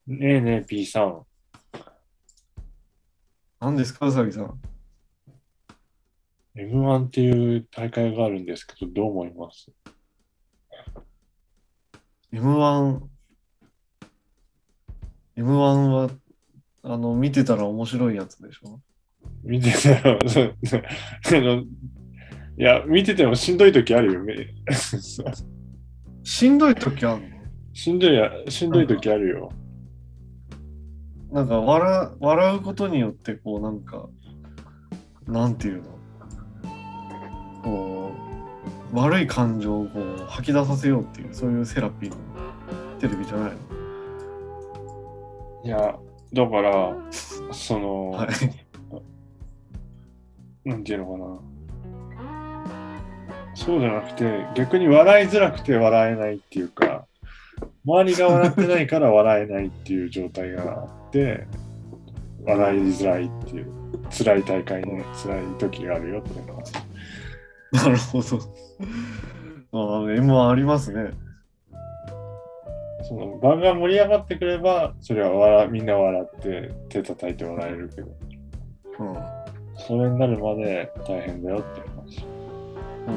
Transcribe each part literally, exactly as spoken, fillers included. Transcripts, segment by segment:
ねえねえ P さん、 何ですか、うさぎさん。 エムワン っていう大会があるんですけど、どう思います？ エムワン、エムワン は、あの、見てたら面白いやつでしょ？ 見てたら、そうあの、いや、見ててもしんどい時あるよね。 しんどい時あるの？ しんどいや、しんどいなんか、 時あるよ。 なんか笑、笑うことによって、こう、なんか、なんていうの、こう、悪い感情をこう吐き出させようっていう、そういうセラピーのテレビじゃないの？ いや、だから、その、 はい。 なんていうのかな。そうじゃなくて、逆に笑いづらくて笑えないっていうか、周りが笑ってないから笑えないっていう状態があって、笑いづらいっていう、辛い大会に辛い時があるよっていうのは。 なるほど。あ、エムワン ありますね。 その場が盛り上がってくれば、それは笑みんな笑って手叩いて笑えるけど、 うん。 それになるまで大変だよっていう話。 うん。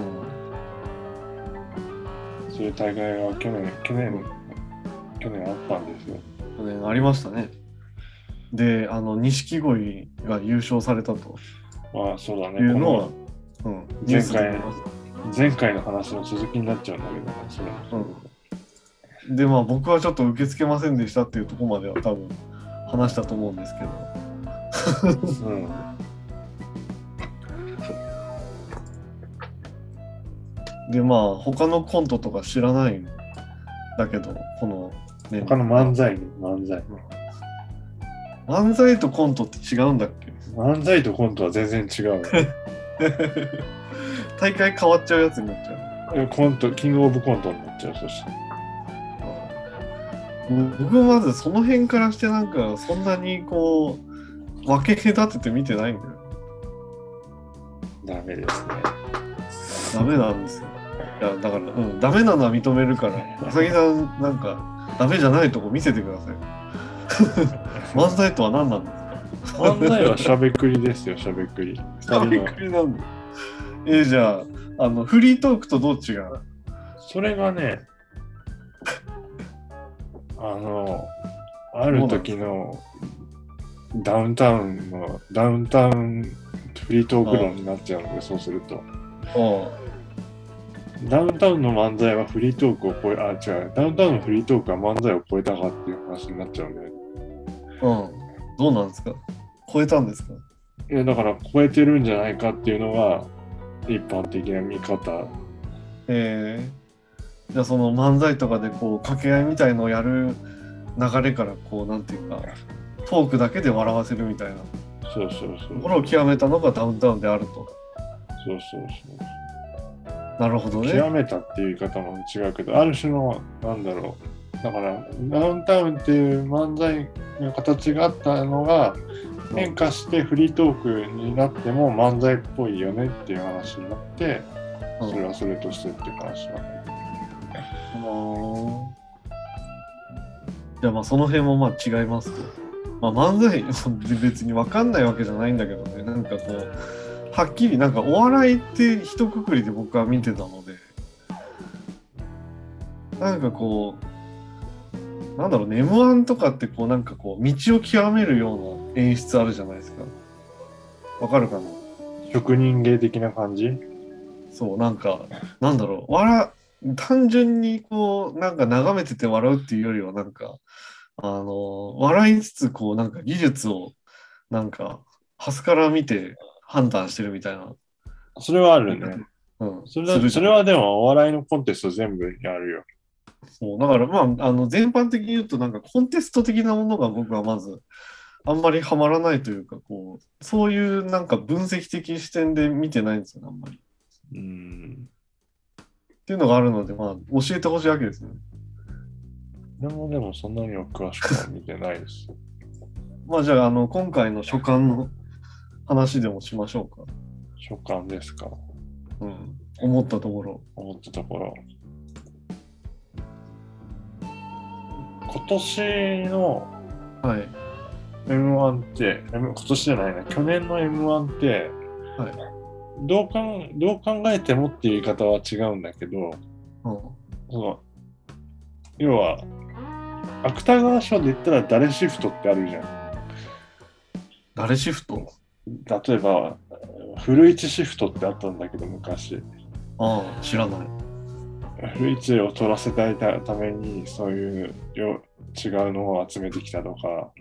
そういう大会が去年、去年、去年あったんですよ。 去年ありましたね。で、あの、錦鯉が優勝されたとまあそうだね、このいうのは、うん、ニュー前回、 スで見ます。 前回の話の続きになっちゃうんだけどね、それもうそうだん。で、まあ僕はちょっと受け付けませんでしたっていうところまでは多分話したと思うんですけど。 けど。うん。 で、まあ他のコントとか知らないんだけど、このメン他のバー。 漫才に、漫才。 漫才とコントって違うんだっけ？ 漫才とコントは全然違うよ。 大会変わっちゃうやつになっちゃう。 えコント、キングオブコントになっちゃう、そして。 僕まずその辺からしてなんかそんなにこう分け隔てて見てないんだよ。 ダメですね。 ダメなんですよ。いや、だから、うん、ダメなのは認めるから、うさぎさん、なんか、ダメじゃないとこ見せてください。漫才とは何なんですか？ 漫才はしゃべくりですよ、しゃべくり。 しゃべ二人の。 くりなんだ。えーじゃあ、あの、フリートークとどう違う？ それがね、あの、あるどうなんですか？ 時のダウンタウンの、ダウンタウンフリートーク論になっちゃうので、そうすると。 あダウンタウンの漫才はフリートークを超え、あ、違う、ダウンタウンのフリートークは漫才を超えたかっていう話になっちゃうんだよね。 あ、うん。どうなんですか？超えたんですか？ いや、だから超えてるんじゃないかっていうのが一般的な見方。 えー、じゃあその漫才とかでこう、掛け合いみたいのをやる流れから、こう、なんていうか、トークだけで笑わせるみたいなそうそうそう。 ところを極めたのがダウンタウンであると。 そうそうそう。 なるほどね。 極めたっていう言い方も違うけど、ある種の、なんだろう。だから、ダウンタウンっていう漫才の形があったのが、変化してフリートークになっても漫才っぽいよねっていう話になって、 うん。 それはそれとしてっていう話なんだけうん。じゃあまあその辺もまあ違いますと。まあ漫才別に分かんないわけじゃないんだけどね。なんかこう、はっきりなんかお笑いって一括りで僕は見てたので、なんかこう、なんだろうね、エムワン とかってこうなんかこう、道を極めるような演出あるじゃないですか。わかるかな？ ど。職人芸的な感じ。 そう、なんか、なんだろう、笑、単純にこう、なんか眺めてて笑うっていうよりは、なんか、あの、笑いつつ、こう、なんか技術を、なんか、端から見て判断してるみたいなそれはあるね。 言い方、うん、 それだ、 するじゃない。 それはでもお笑いのコンテスト全部やるよ。 そう、だからまあ、あの、全般的に言うと、なんかコンテスト的なものが僕はまず、あんまりハマらないというか、こう、そういうなんか分析的視点で見てないんですよね、あんまり。 うん。 っていうのがあるので、まあ、教えてほしいわけですね。 でもでもそんなには詳しくは見てないです。 まあ、じゃあ、あの、今回の書簡の話でもしましょうか。 所感ですか。 うん。思ったところ。 思ったところ。今年のはい。 エムワン って、M- 今年じゃないな、去年の エムワン って、 はい。 どうかんどう考えてもっていう言い方は違うんだけど、 うん。 その要は、芥川賞で言ったら誰シフトってあるじゃん。 誰シフト？ 例えば、古市シフトってあったんだけど、昔。 ああ、知らない。 古市を取らせたいために、そういうよ違うのを集めてきたとか、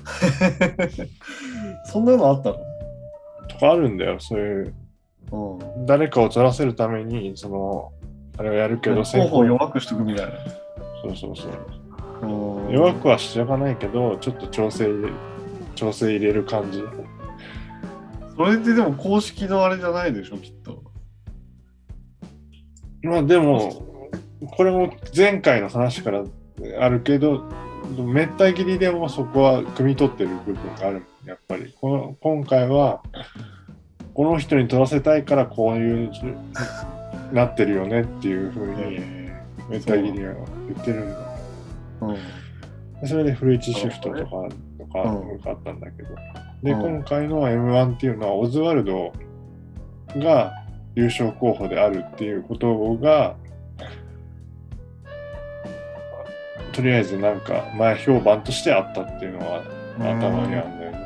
そんなのあったの？ とかあるんだよ。そういう、 うん。 誰かを取らせるために、その、あれをやるけど、 候補を弱くしとくみたいな。 そうそうそう。 うん。 弱くはしちゃかないけど、ちょっと調整、調整入れる感じ。 それってでも公式のあれじゃないでしょ、きっと。 まあでも、これも前回の話からあるけど、めった切りでもそこは汲み取ってる部分がある。やっぱりこの今回はこの人に取らせたいからこういうなってるよねっていうふうにめった切りは言ってるんだ。うん、それで古市シフトとかとかあったんだけど、で、今回の エムワン っていうのはオズワルドが優勝候補であるっていうことがとりあえずなんか前評判としてあったっていうのは頭にあるんだよね。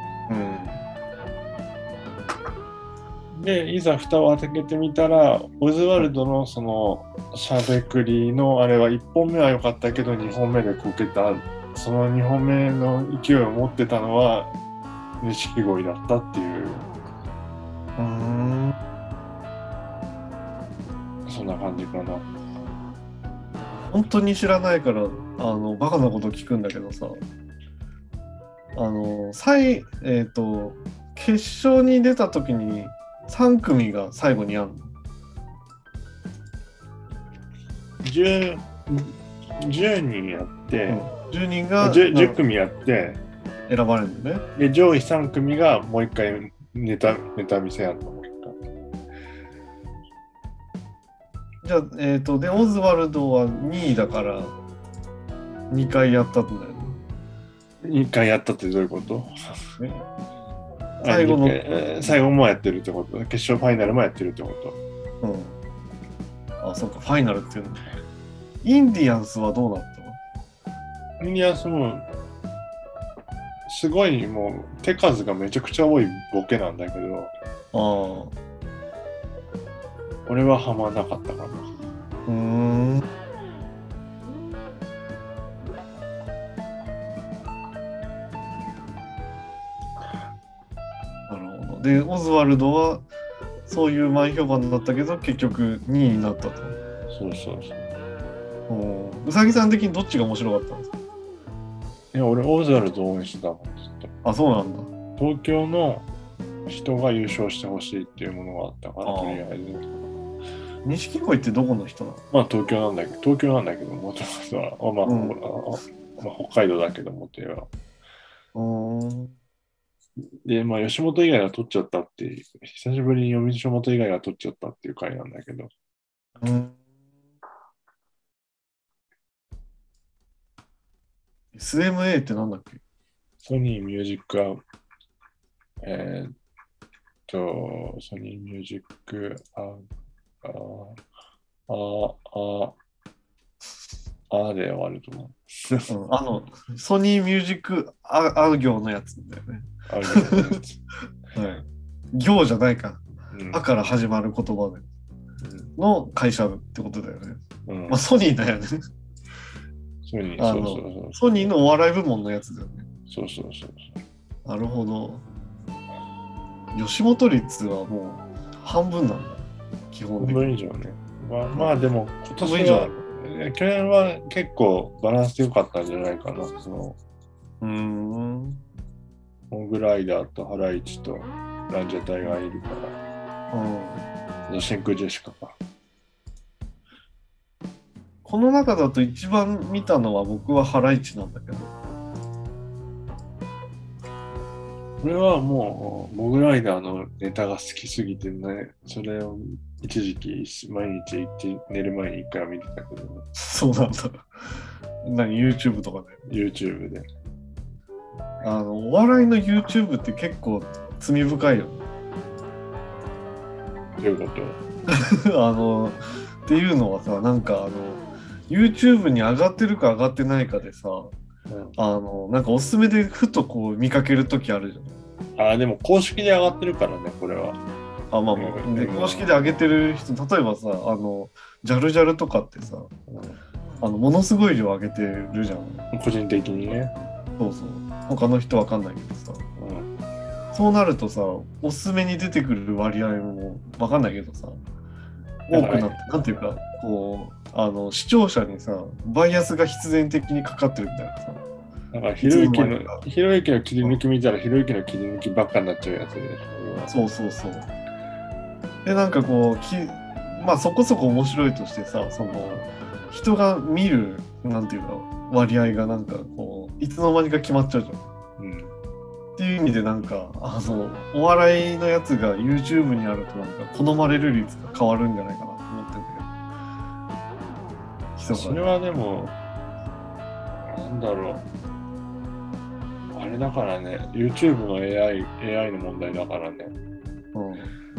うん、で、いざ蓋を開けてみたら、オズワルドのそのしゃべくりのあれはいっぽんめは良かったけどにほんめでこけた、そのにほんめの勢いを持ってたのは錦鯉だったっていう。うーん、そんな感じかな。 本当に知らないから、あの、バカなこと聞くんだけどさ、あの、最、えっと、決勝に出た時にさん組が最後にあるの？ じゅう、じゅうにんやって、うん、 じゅうにんが 10, じゅう組やって選ばれるんだね。 で、上位さん組がもう一回ネタ、ネタ見せやるの。 じゃあ、えっと、で、オズワルドはにいだからにかいやったんだよね。 にかいやったってどういうこと？ 最後の最後もやってるってこと？決勝ファイナルもやってるってこと？ うん。あ、そうか、ファイナルっていうの。インディアンスはどうなったの？インディアンスもすごいもう手数がめちゃくちゃ多いボケなんだけど、ああ。俺はハマんなかったかな。うーん。 なるほど。で、オズワルドはそういう前評判だったけど、結局にいになったと。 そうそうそう。うさぎさん的にどっちが面白かったんですか？ いや、俺、オズワルド応援してたもん、ずっと。 あ、そうなんだ。 東京の人が優勝してほしいっていうものがあったから、とりあえず。 錦鯉ってどこの人なの？ まあ東京なんだけど、東京なんだけど、もともとは、まあ、うんまあ、北海道だけどもっていうのは。で、まあ吉本以外は取っちゃったっていう、久しぶりに吉本以外は取っちゃったっていう回なんだけど。うん、 エスエムエー ってなんだっけ？ ソニーミュージックア、えー、っと、ソニーミュージックア、ああ、あ、あで終わると思う。 うん、あの、ソニーミュージックああ行のやつだよね。あ行のやつ。はい。行じゃないか。うん、あから始まる言葉で。の会社ってことだよね。うん、まあソニーだよね。 ソニー、そうそうそう。 ソニーのお笑い部門のやつだよね。 そうそうそうそう。 なるほど。吉本率はもう半分なんだ。基本的に。半分以上ね。まあ、まあでも今年は、去年は結構バランス良かったんじゃないかな。そのうーん。モグライダーとハライチとランジャタイがいるから。うん。真空ジェシカか。 この中だと一番見たのは僕はハライチなんだけど。 これはもうモグライダーのネタが好きすぎてね、それを一時期毎日寝る前に一回は見てたけど、ね、 そうなんだ。何 YouTube とかで YouTube で。 あのお笑いの YouTube って結構罪深いよね。 どういうことあのっていうのはさ、なんかあの YouTube に上がってるか上がってないかでさ、 うん、 あのなんかおすすめでふとこう見かけるときあるじゃん。 ああ、でも公式で上がってるからね、これは。 あ、まあまあ、 うんで公式で上げてる人、例えばさ、あのジャルジャルとかってさ、あのものすごい量上げてるじゃん。 うん、個人的にね。 そうそう。他の人わかんないけどさ。 うん、 そうなるとさ、おすすめに出てくる割合もわかんないけどさ、多くなって、なんていうか、こう、あの視聴者にさ、バイアスが必然的にかかってるみたいなさ。 だからひろゆきの、ひろゆきの切り抜き見たらひろゆきの切り抜きばっかになっちゃうやつでしそうそうそう。で、なんかこう、きまあそこそこ面白いとしてさ、その、人が見る、なんていうか、割合がなんかこう、いつの間にか決まっちゃうじゃん。 ょ。うん。 っていう意味でなんか、あの、お笑いのやつが YouTube にあるとなんか好まれる率が変わるんじゃないかなと思ってんだけど。 それはでも、なんだろう。あれだからね、YouTube の エーアイ、エーアイ の問題だからね。 うん。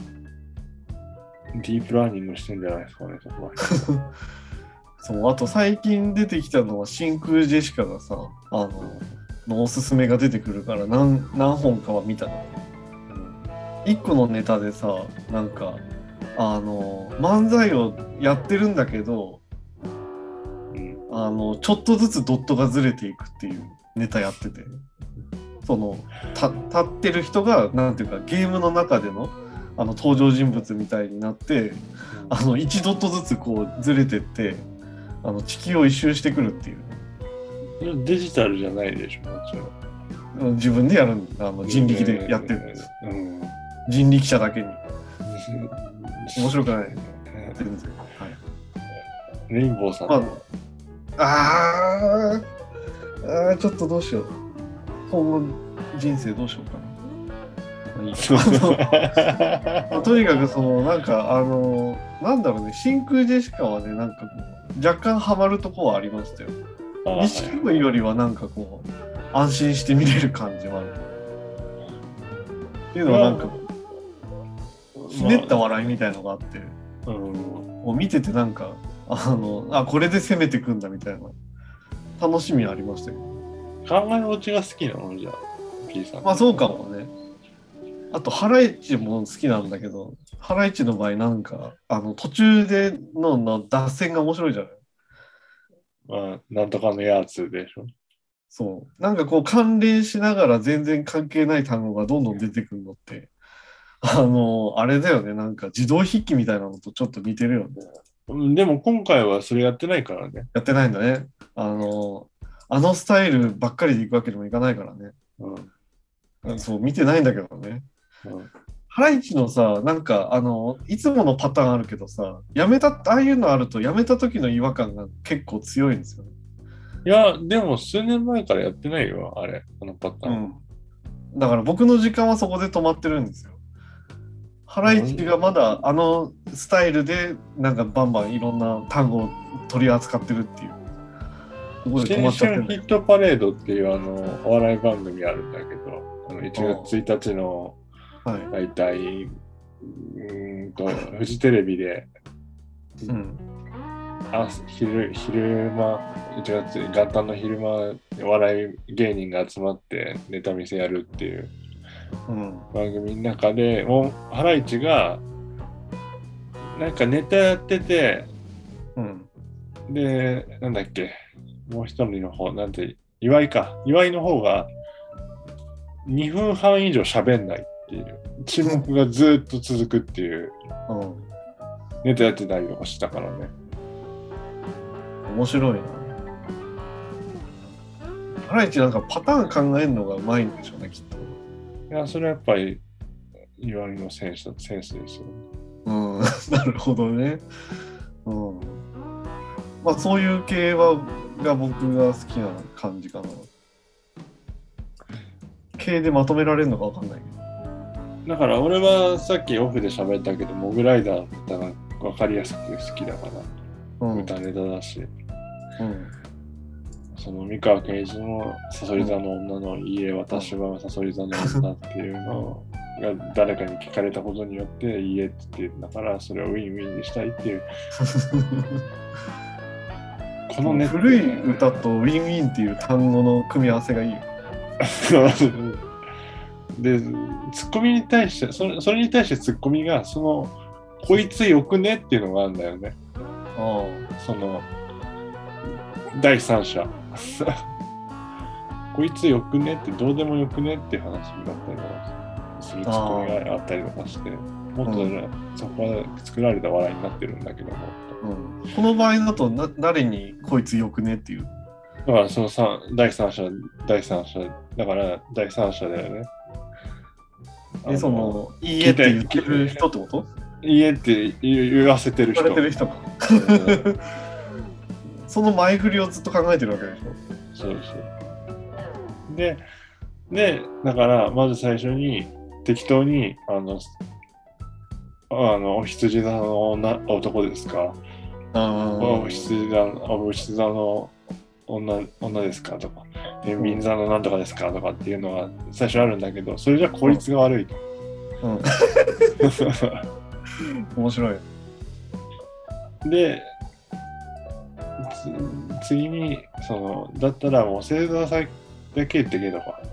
ディープラーニングしてんじゃないですかね、そこは。 そう、あと最近出てきたのは真空ジェシカがさ、あの、のおすすめが出てくるから何、何本かは見たの。一個のネタでさ、なんか、あの、漫才をやってるんだけど、 うん、 あの、ちょっとずつドットがずれていくっていうネタやってて、その、た立ってる人が、なんていうか、ゲームの中での、あの、登場人物みたいになって、あの、いちドットずつこうずれてって、あの、地球を一周してくるっていう。 それデジタルじゃないでしょ、もちろん。 自分でやるんだ。あの、人力でやってるんです。 うん。 人力車だけに。面白くない全然。はい。 レインボーさん。 まあ、あーあー、ちょっとどうしよう。今後人生どうしようかな。まあいいやまあとにかくそのなんかあのなんだろうね、真空ジェシカはね、なんかこう若干ハマるとこはありましたよ。錦鯉よりはなんかこう安心して見れる感じはある。っていうのはなんかひねった笑いみたいのがあって、 まあ、うん、 もう見ててなんかあのあこれで攻めてくんだみたいな楽しみありましたよ。 考え落ちが好きなのじゃあ P さん。 まあそうかもね。あとハライチも好きなんだけど、ハライチの場合なんかあの途中でのの脱線が面白いじゃない。 まあなんとかのやつでしょ。 そう。なんかこう関連しながら全然関係ない単語がどんどん出てくるのって、あの、あれだよね。なんか自動筆記みたいなのとちょっと似てるよね。 でも今回はそれやってないからね。 やってないんだね。あの、あのスタイルばっかりでいくわけにもいかないからね。 うん、 そう、見てないんだけどね。 うん、 ハライチのさ、なんか、あの、いつものパターンあるけどさ、やめた、ああいうのあると、やめた時の違和感が結構強いんですよね。 いや、でも数年前からやってないよ、あれ、このパターン。 うん。だから僕の時間はそこで止まってるんですよ。ハライチがまだあのスタイルで、なんかバンバンいろんな単語を取り扱ってるっていう。そこで止まっちゃってる。 青春ヒットパレードっていうあのお笑い番組あるんだけど、あのいちがつついたちの大体、うーんとフジテレビで、 うん、 あ昼昼間いちがつ元旦の昼間笑い芸人が集まってネタ見せやるっていう番組の中で、もうハライチがなんかネタやってて、 うん、 でなんだっけ、もう一人の方なんて岩井か岩井の方がにふんはん以上喋んないっていう沈黙がずっと続くっていう、うん、ネタやってたりとかしたからね。 面白いな。ハライチなんかパターン考えるのがうまいんでしょうね、きっと。 いや、それはやっぱり岩井のセンス、センスですよね。 うん、なるほどね。うん。まあそういう系はが僕が好きな感じかな。系でまとめられるのかわかんないけど。だから俺はさっきオフで喋ったけど、モグライダーの歌が分かりやすくて好きだから、うん、歌ネタだし。 うん、 その三河健一のさそり座の女の家、私はさそり座の女っていうのが誰かに聞かれたことによって家って言ってんだから、それをウィンウィンにしたいっていうこのね古い歌とウィンウィンっていう単語の組み合わせがいいよでツッコミに対してそれ、それに対してツッコミがそのこいつよくねっていうのがあるんだよね。 あその第三者こいつよくねってどうでもよくねっていう話だったりとかするツッコミがあったりとかして、もっと、ね、うん、そこは作られた笑いになってるんだけども、 うん、この場合だとな誰にこいつよくねっていうだからその第三者第三者だから第三者だよね。 でそのいいえって言ってる人ってこと？ いいえって言わせてる人。 言われてる人か。その前振りをずっと考えてるわけでしょ。 そうそう。で、で、だからまず最初に適当にあのあのお羊座の女男ですか？お羊座お羊座の女女ですかとか、天秤座のなんとかですかとかっていうのが最初あるんだけど、それじゃ効率が悪いと。うん。 面白い。 で、次にそのだったらもう星座だけ言ってけとか。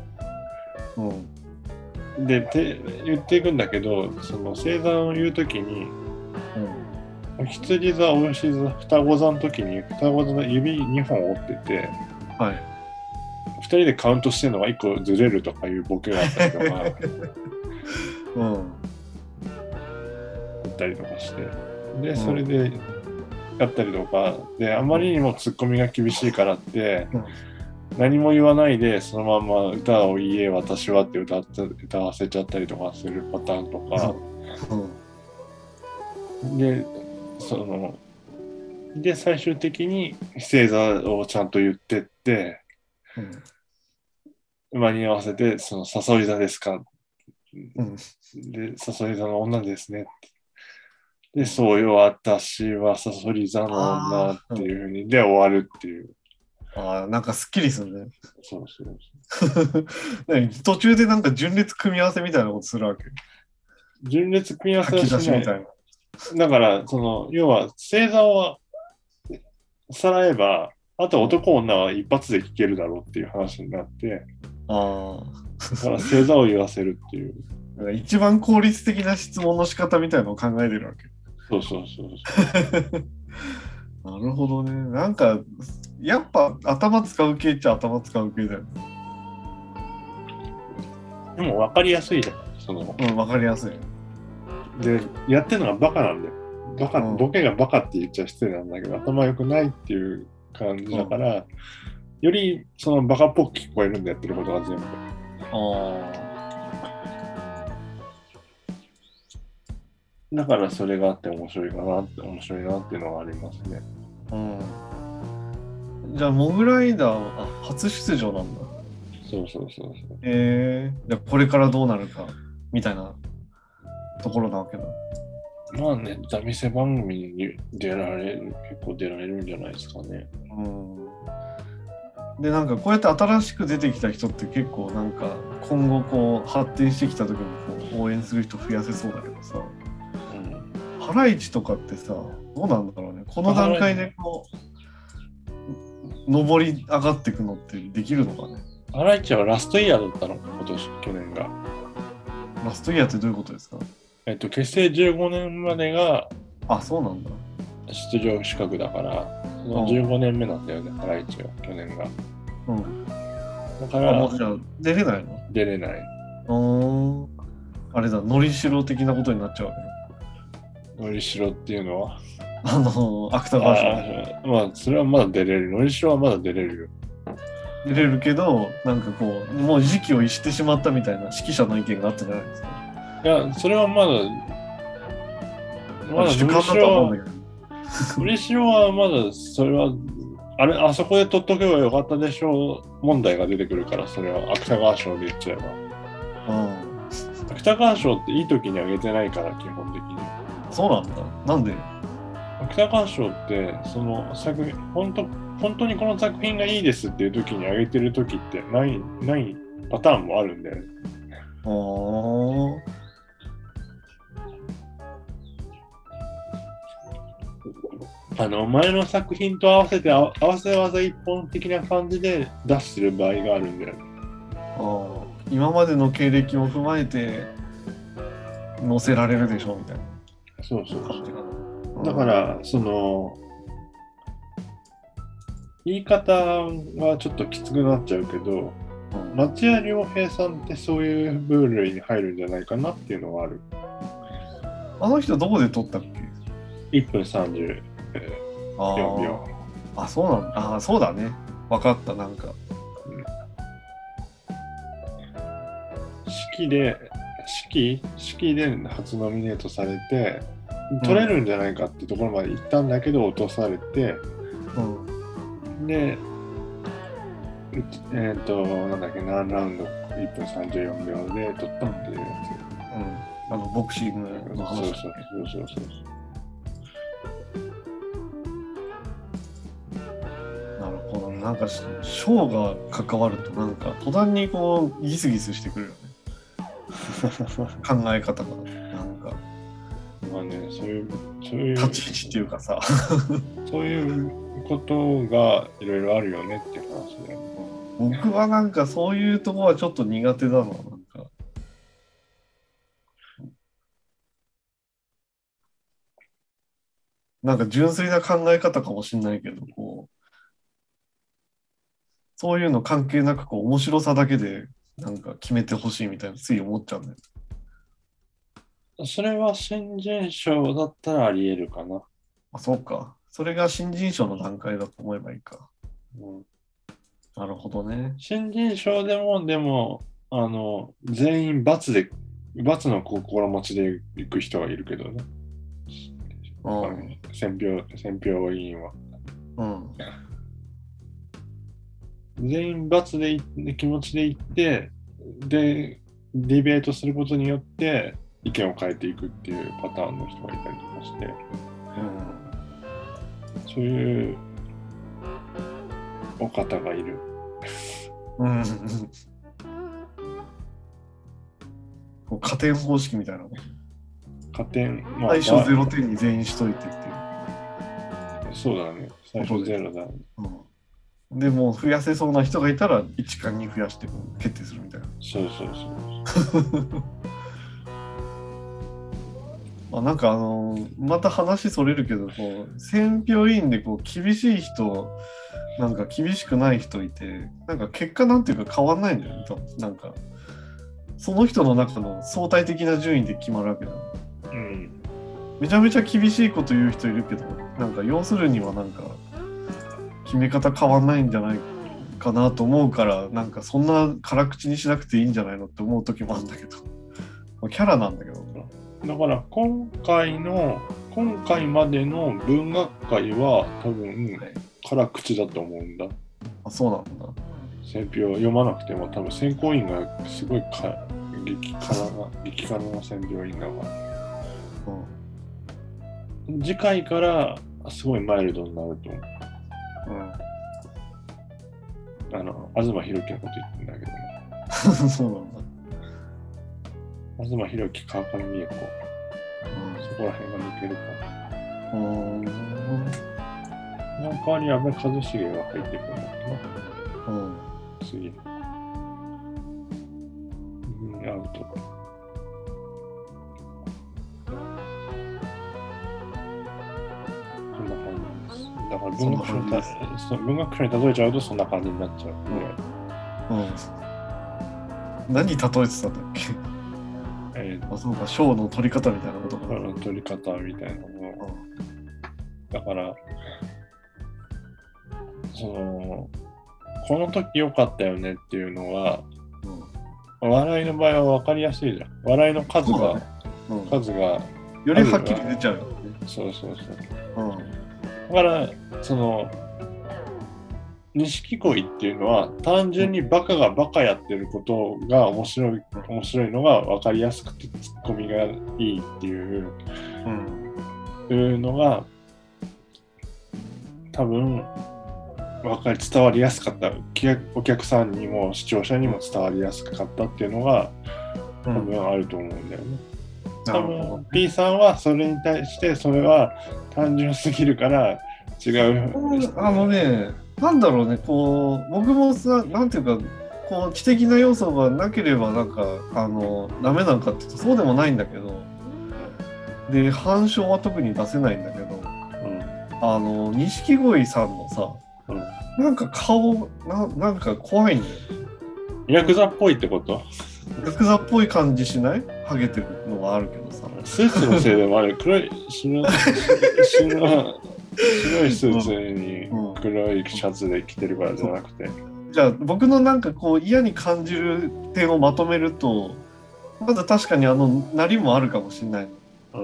うん。でて言っていくんだけど、その星座を言うときに。うん、羊座、お牛座、双子座の時に双子座の指にほん折ってて、はい、ふたりでカウントしてるのがいっこずれるとかいうボケがあったりとか、うん、あったりとかして、でそれでやったりとかで、あまりにもツッコミが厳しいからって、うん、何も言わないでそのまま歌を言え私はって歌って歌わせちゃったりとかするパターンとか、うん、でそので最終的に星座をちゃんと言ってって、うん、間に合わせてそのさそり座ですか、うん、でさそり座の女ですねってで、そうよ私はさそり座の女っていう風に、うん、で終わるっていう。 ああ、なんかすっきりするね。 そうそうそう途中でなんか順列組み合わせみたいなことするわけ？ 順列組み合わせはしない。だからその要は星座をさらえばあと男女は一発で聞けるだろうっていう話になって、あだから星座を言わせるっていう一番効率的な質問の仕方みたいなのを考えてるわけ。 そうそうそうそうなるほどね。なんかやっぱ頭使う系っちゃ頭使う系だよね。 でも分かりやすいじゃん。そのうん、分かりやすい。 で、やってるのがバカなんだよ。バカ、うん、ボケがバカって言っちゃ失礼なんだけど、頭良くないっていう感じだから、うん、よりそのバカっぽく聞こえるんだ、やってることが全部。あだからそれがあって面白いかなって、面白いなっていうのがありますね。 うん。じゃあ、モグライダーは初出場なんだ。 そうそうそうそう。 えー、じゃあこれからどうなるかみたいなところなわけだ。 まあね、ザ見せ番組に出られる、結構出られるんじゃないですかね。 うん。で、なんかこうやって新しく出てきた人って結構なんか今後こう発展してきた時にこう応援する人増やせそうだけどさ、うん、ハライチとかってさ、どうなんだろうね。この段階でこう、上り上がっていくのってできるのかね。 ハライチはラストイヤーだったの、今年、去年が。 ラストイヤーってどういうことですか？ えっと、結成じゅうごねんまでが、 あ、そうなんだ。 出場資格だから、そのじゅうごねんめなんだよね、ハライチは、去年が。うん。だから、 あ、もうじゃあ出れないの？ 出れない。 あー、あれだ、のりしろ的なことになっちゃうわけ。のりしろっていうのはあの、芥川賞。 まあ、それはまだ出れる。のりしろはまだ出れるよ。 出れるけど、なんかこう、もう時期を逸してしまったみたいな指揮者の意見があったじゃないですか。 いや、それはまだ、まだ主観だと思うんだけど。 のりしろはまだ、それは、あれ、あそこで取っとけばよかったでしょう問題が出てくるから、それは芥川賞で言っちゃえば。うん。芥川賞っていい時にあげてないから、基本的に。 そうなんだ。なんで？ 芥川賞って、その作品、本当本当にこの作品がいいですっていう時に上げてる時ってないないパターンもあるんだよね。 おー。 あの前の作品と合わせて合わせ技一本的な感じで出してる場合があるんだよね。 あー、今までの経歴も踏まえて載せられるでしょみたいなそうそう感じかな。 だからその言い方はちょっときつくなっちゃうけど、 うん、 町屋良平さんってそういう分類に入るんじゃないかなっていうのはある。 あの人どこで撮ったっけ？ いっぷんさんじゅうよんびょう。 ああ、そうなんだ。ああ、そうだね。分かった、なんか。 式で、式式で初ノミネートされて、取れるんじゃないかってところまで行ったんだけど、落とされて、 うん、 で、えっ、ー、と、なんだっけ、何ラウンドいっぷんさんじゅうよんびょうで取ったっていうやうん。あの、ボクシングつ。 の話だっけ。 そうそうそうそうそう。 なるほど。なんか、ショーが関わると、なんか、途端にこう、ギスギスしてくるよね。考え方が。なんか、 まあね、そういう、そういう、 立ち位置っていうかさ。 そういうことがいろいろあるよねっていう話だよね。 僕はなんか、そういうとこはちょっと苦手だな、なんか。なんか純粋な考え方かもしれないけど、こう、そういうの関係なく、こう、面白さだけで、なんか決めてほしいみたいな、つい思っちゃうんだよ。 それは新人賞だったらあり得るかな。 あ、そうか。それが新人賞の段階だと思えばいいか。 うん、 なるほどね。 新人賞でも、でも、あの、全員罰で、罰の心持ちで行く人はいるけどね。 うん。 選票、選評委員は。 うん。 全員罰で気持ちで行って、で、ディベートすることによって意見を変えていくっていうパターンの人がいたりとかして、うん、そういうお方がいる。 うん。加点方式みたいな。 加点、 まあ、最初ゼロてんに全員しといてっていう。 そうだね。最初ゼロだ、ね。 うん、でもう増やせそうな人がいたらいちかに増やして決定するみたいな。 そうそうそう。 まあなんかあのー、また話それるけど、こう選評委員でこう厳しい人、なんか厳しくない人いて、なんか結果なんていうか変わんないんだよね。なんかその人の中の相対的な順位で決まるわけだ。 うん。 めちゃめちゃ厳しいこと言う人いるけど、なんか要するにはなんか決め方変わんないんじゃないかなと思うから、なんかそんな辛口にしなくていいんじゃないのって思う時もあるんだけど、まあ、キャラなんだけど。 だから今回の今回までの文学界は多分辛口だと思うんだ。 あ、そうなんだ。 選評を読まなくても多分選考委員がすごいか激辛な激辛な選評委員だから、うん、次回からすごいマイルドになると思う。うん、あの東博樹のこと言ってんだけどね。 そうなんだ。 東博樹、川上美恵子、うん、そこら辺が抜けるかな。うん。の代わり安倍一茂が入ってくるんだけど、うん、次。うん、アウト。こんな感じです。だから文学賞にた文学賞に例えちゃうとそんな感じになっちゃう。 うん。うん、何例えてたんだっけ？えー、あ、そうか、賞の取り方みたいなことかな。 取り方みたいなのを、うん、だからそのこの時良かったよねっていうのは、うん、笑いの場合は分かりやすいじゃん。笑いの数が、ね、うん、数がよりはっきり出ちゃうよね。 そうそうそう。うん、だからその錦鯉っていうのは単純にバカがバカやってることが面白い面白いのが分かりやすくてツッコミがいいっていう、うん、いうのが多分分かり伝わりやすかった、お客さんにも視聴者にも伝わりやすかったっていうのが多分あると思うんだよね。うん、多分 P さんはそれに対してそれは単純すぎるから違う。 あのね、なんだろうね、こう僕もさ、なんていうかこう知的な要素がなければなんかあのダメなんかって言うとそうでもないんだけど、で反証は特に出せないんだけど、うん、あの錦鯉さんのさ、うん、なんか顔 な, なんか怖いんだよ。 ヤクザっぽいってこと？ ヤクザっぽい感じしない？ハゲてるのがあるけどさ。 スーツのせいでもある。黒い白い白いスーツに黒いシャツで着てるからじゃなくて。 じゃあ僕のなんかこう嫌に感じる点をまとめると、まず確かにあのなりもあるかもしれない。うん、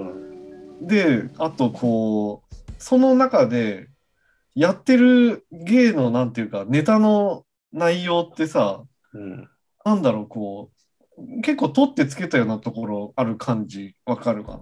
で、あとこうその中でやってる芸のなんていうかネタの内容ってさ、うん、なんだろうこう結構取ってつけたようなところある感じわかるかな。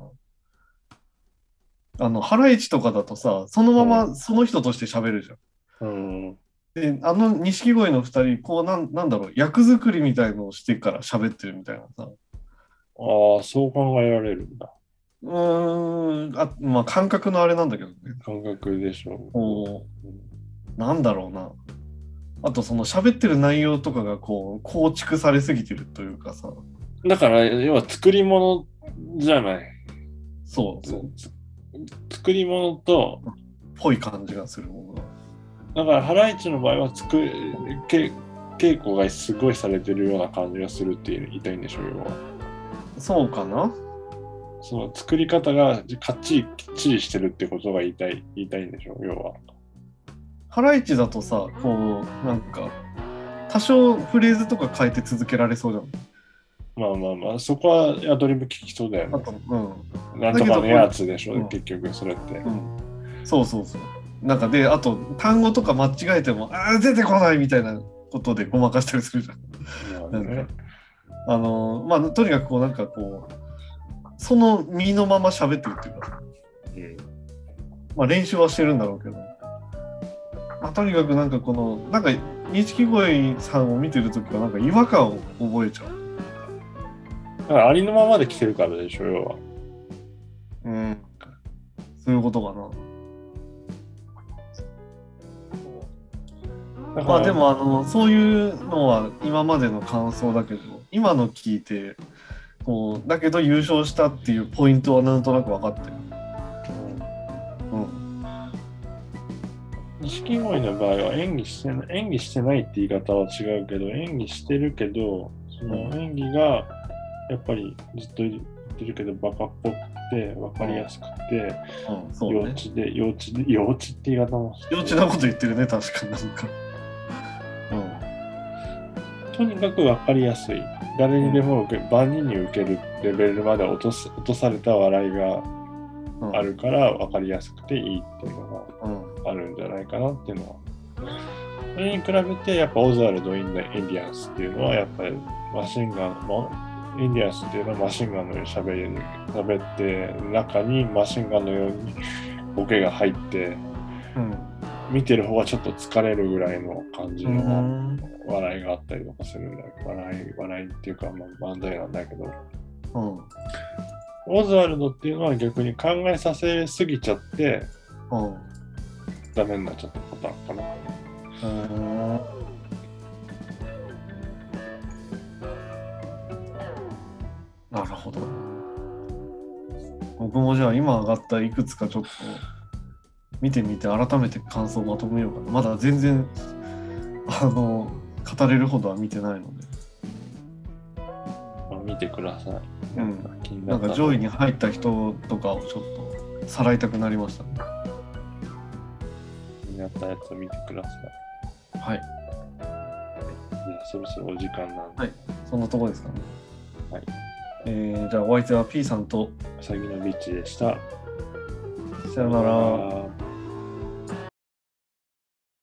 あのハライチとかだとさ、そのままその人として喋るじゃん。うん、であの錦鯉のふたりこうなんなんだろう役作りみたいのをしてから喋ってるみたいなさ。 ああ、そう考えられるんだ。 うーん、あ、まあ感覚のあれなんだけどね。 感覚でしょう。 こう、なんだろうな。あとその喋ってる内容とかがこう構築されすぎてるというかさ。 だから要は作り物じゃない。 そうそう。 作り物とぽい感じがするもの。 だからハライチの場合は作け稽古がすごいされてるような感じがするって言いたいんでしょうよ。そうかな。その作り方がかっちりきっちりしてるってことが言いたい言いたいんでしょう要は。 ハライチだとさこうなんか多少フレーズとか変えて続けられそうじゃん。 まあまあまあそこはアドリブ聞きそうだよね。うん、なんとかのやつでしょ、うん、結局それって、うん、 そうそうそう。なんかであと単語とか間違えてもあ出てこないみたいなことでごまかしたりするじゃん。まあね、なんかあのまあとにかくこうなんかこうその身のまま喋ってるっていうか、うん、まあ練習はしてるんだろうけど、まあ、とにかくなんかこのなんか錦鯉さんを見てるときはなんか違和感を覚えちゃう。 だからありのままで来てるからでしょ要は。 うん、そういうことかな。まあでもあのそういうのは今までの感想だけど、今の聞いてこうだけど優勝したっていうポイントはなんとなく分かってる。 錦鯉の場合は演技してない演技してないって言い方は違うけど演技してるけどその演技がやっぱりずっと言ってるけどバカっぽくて分かりやすくて、うんうんそうね、幼稚で幼稚で幼稚って言い方も幼稚なこと言ってるね確かになんか、 うん、とにかく分かりやすい誰にでも受け、うん、万人に受けるレベルまで落とす落とされた笑いがあるから分かりやすくていいっていうのがあるんじゃないかなっていうのは、それに比べてやっぱオズワルド・イン・インディアンスっていうのはやっぱりマシンガンもインディアンスっていうのはマシンガンのように喋り喋って中にマシンガンのようにボケが入って、うん、見てる方はちょっと疲れるぐらいの感じの笑いがあったりとかするんだけど、笑い笑いっていうか、まあ、漫才なんだけど、うん、オズワルドっていうのは逆に考えさせすぎちゃって、うん、ダメになっちゃったパターンかな。うんなるほど。僕もじゃあ今上がったいくつかちょっと見てみて改めて感想をまとめようかな。まだ全然あの語れるほどは見てないので。 まあ、見てください。 うん。気になったなんか上位に入った人とかをちょっとさらいたくなりましたね。 気になったやつを見てください。 はい。 じゃあそろそろお時間なんで。 はい。そんなとこですかね。 はい。 えー、じゃあお相手は P さんとうさぎのビッチでした。 さよなら。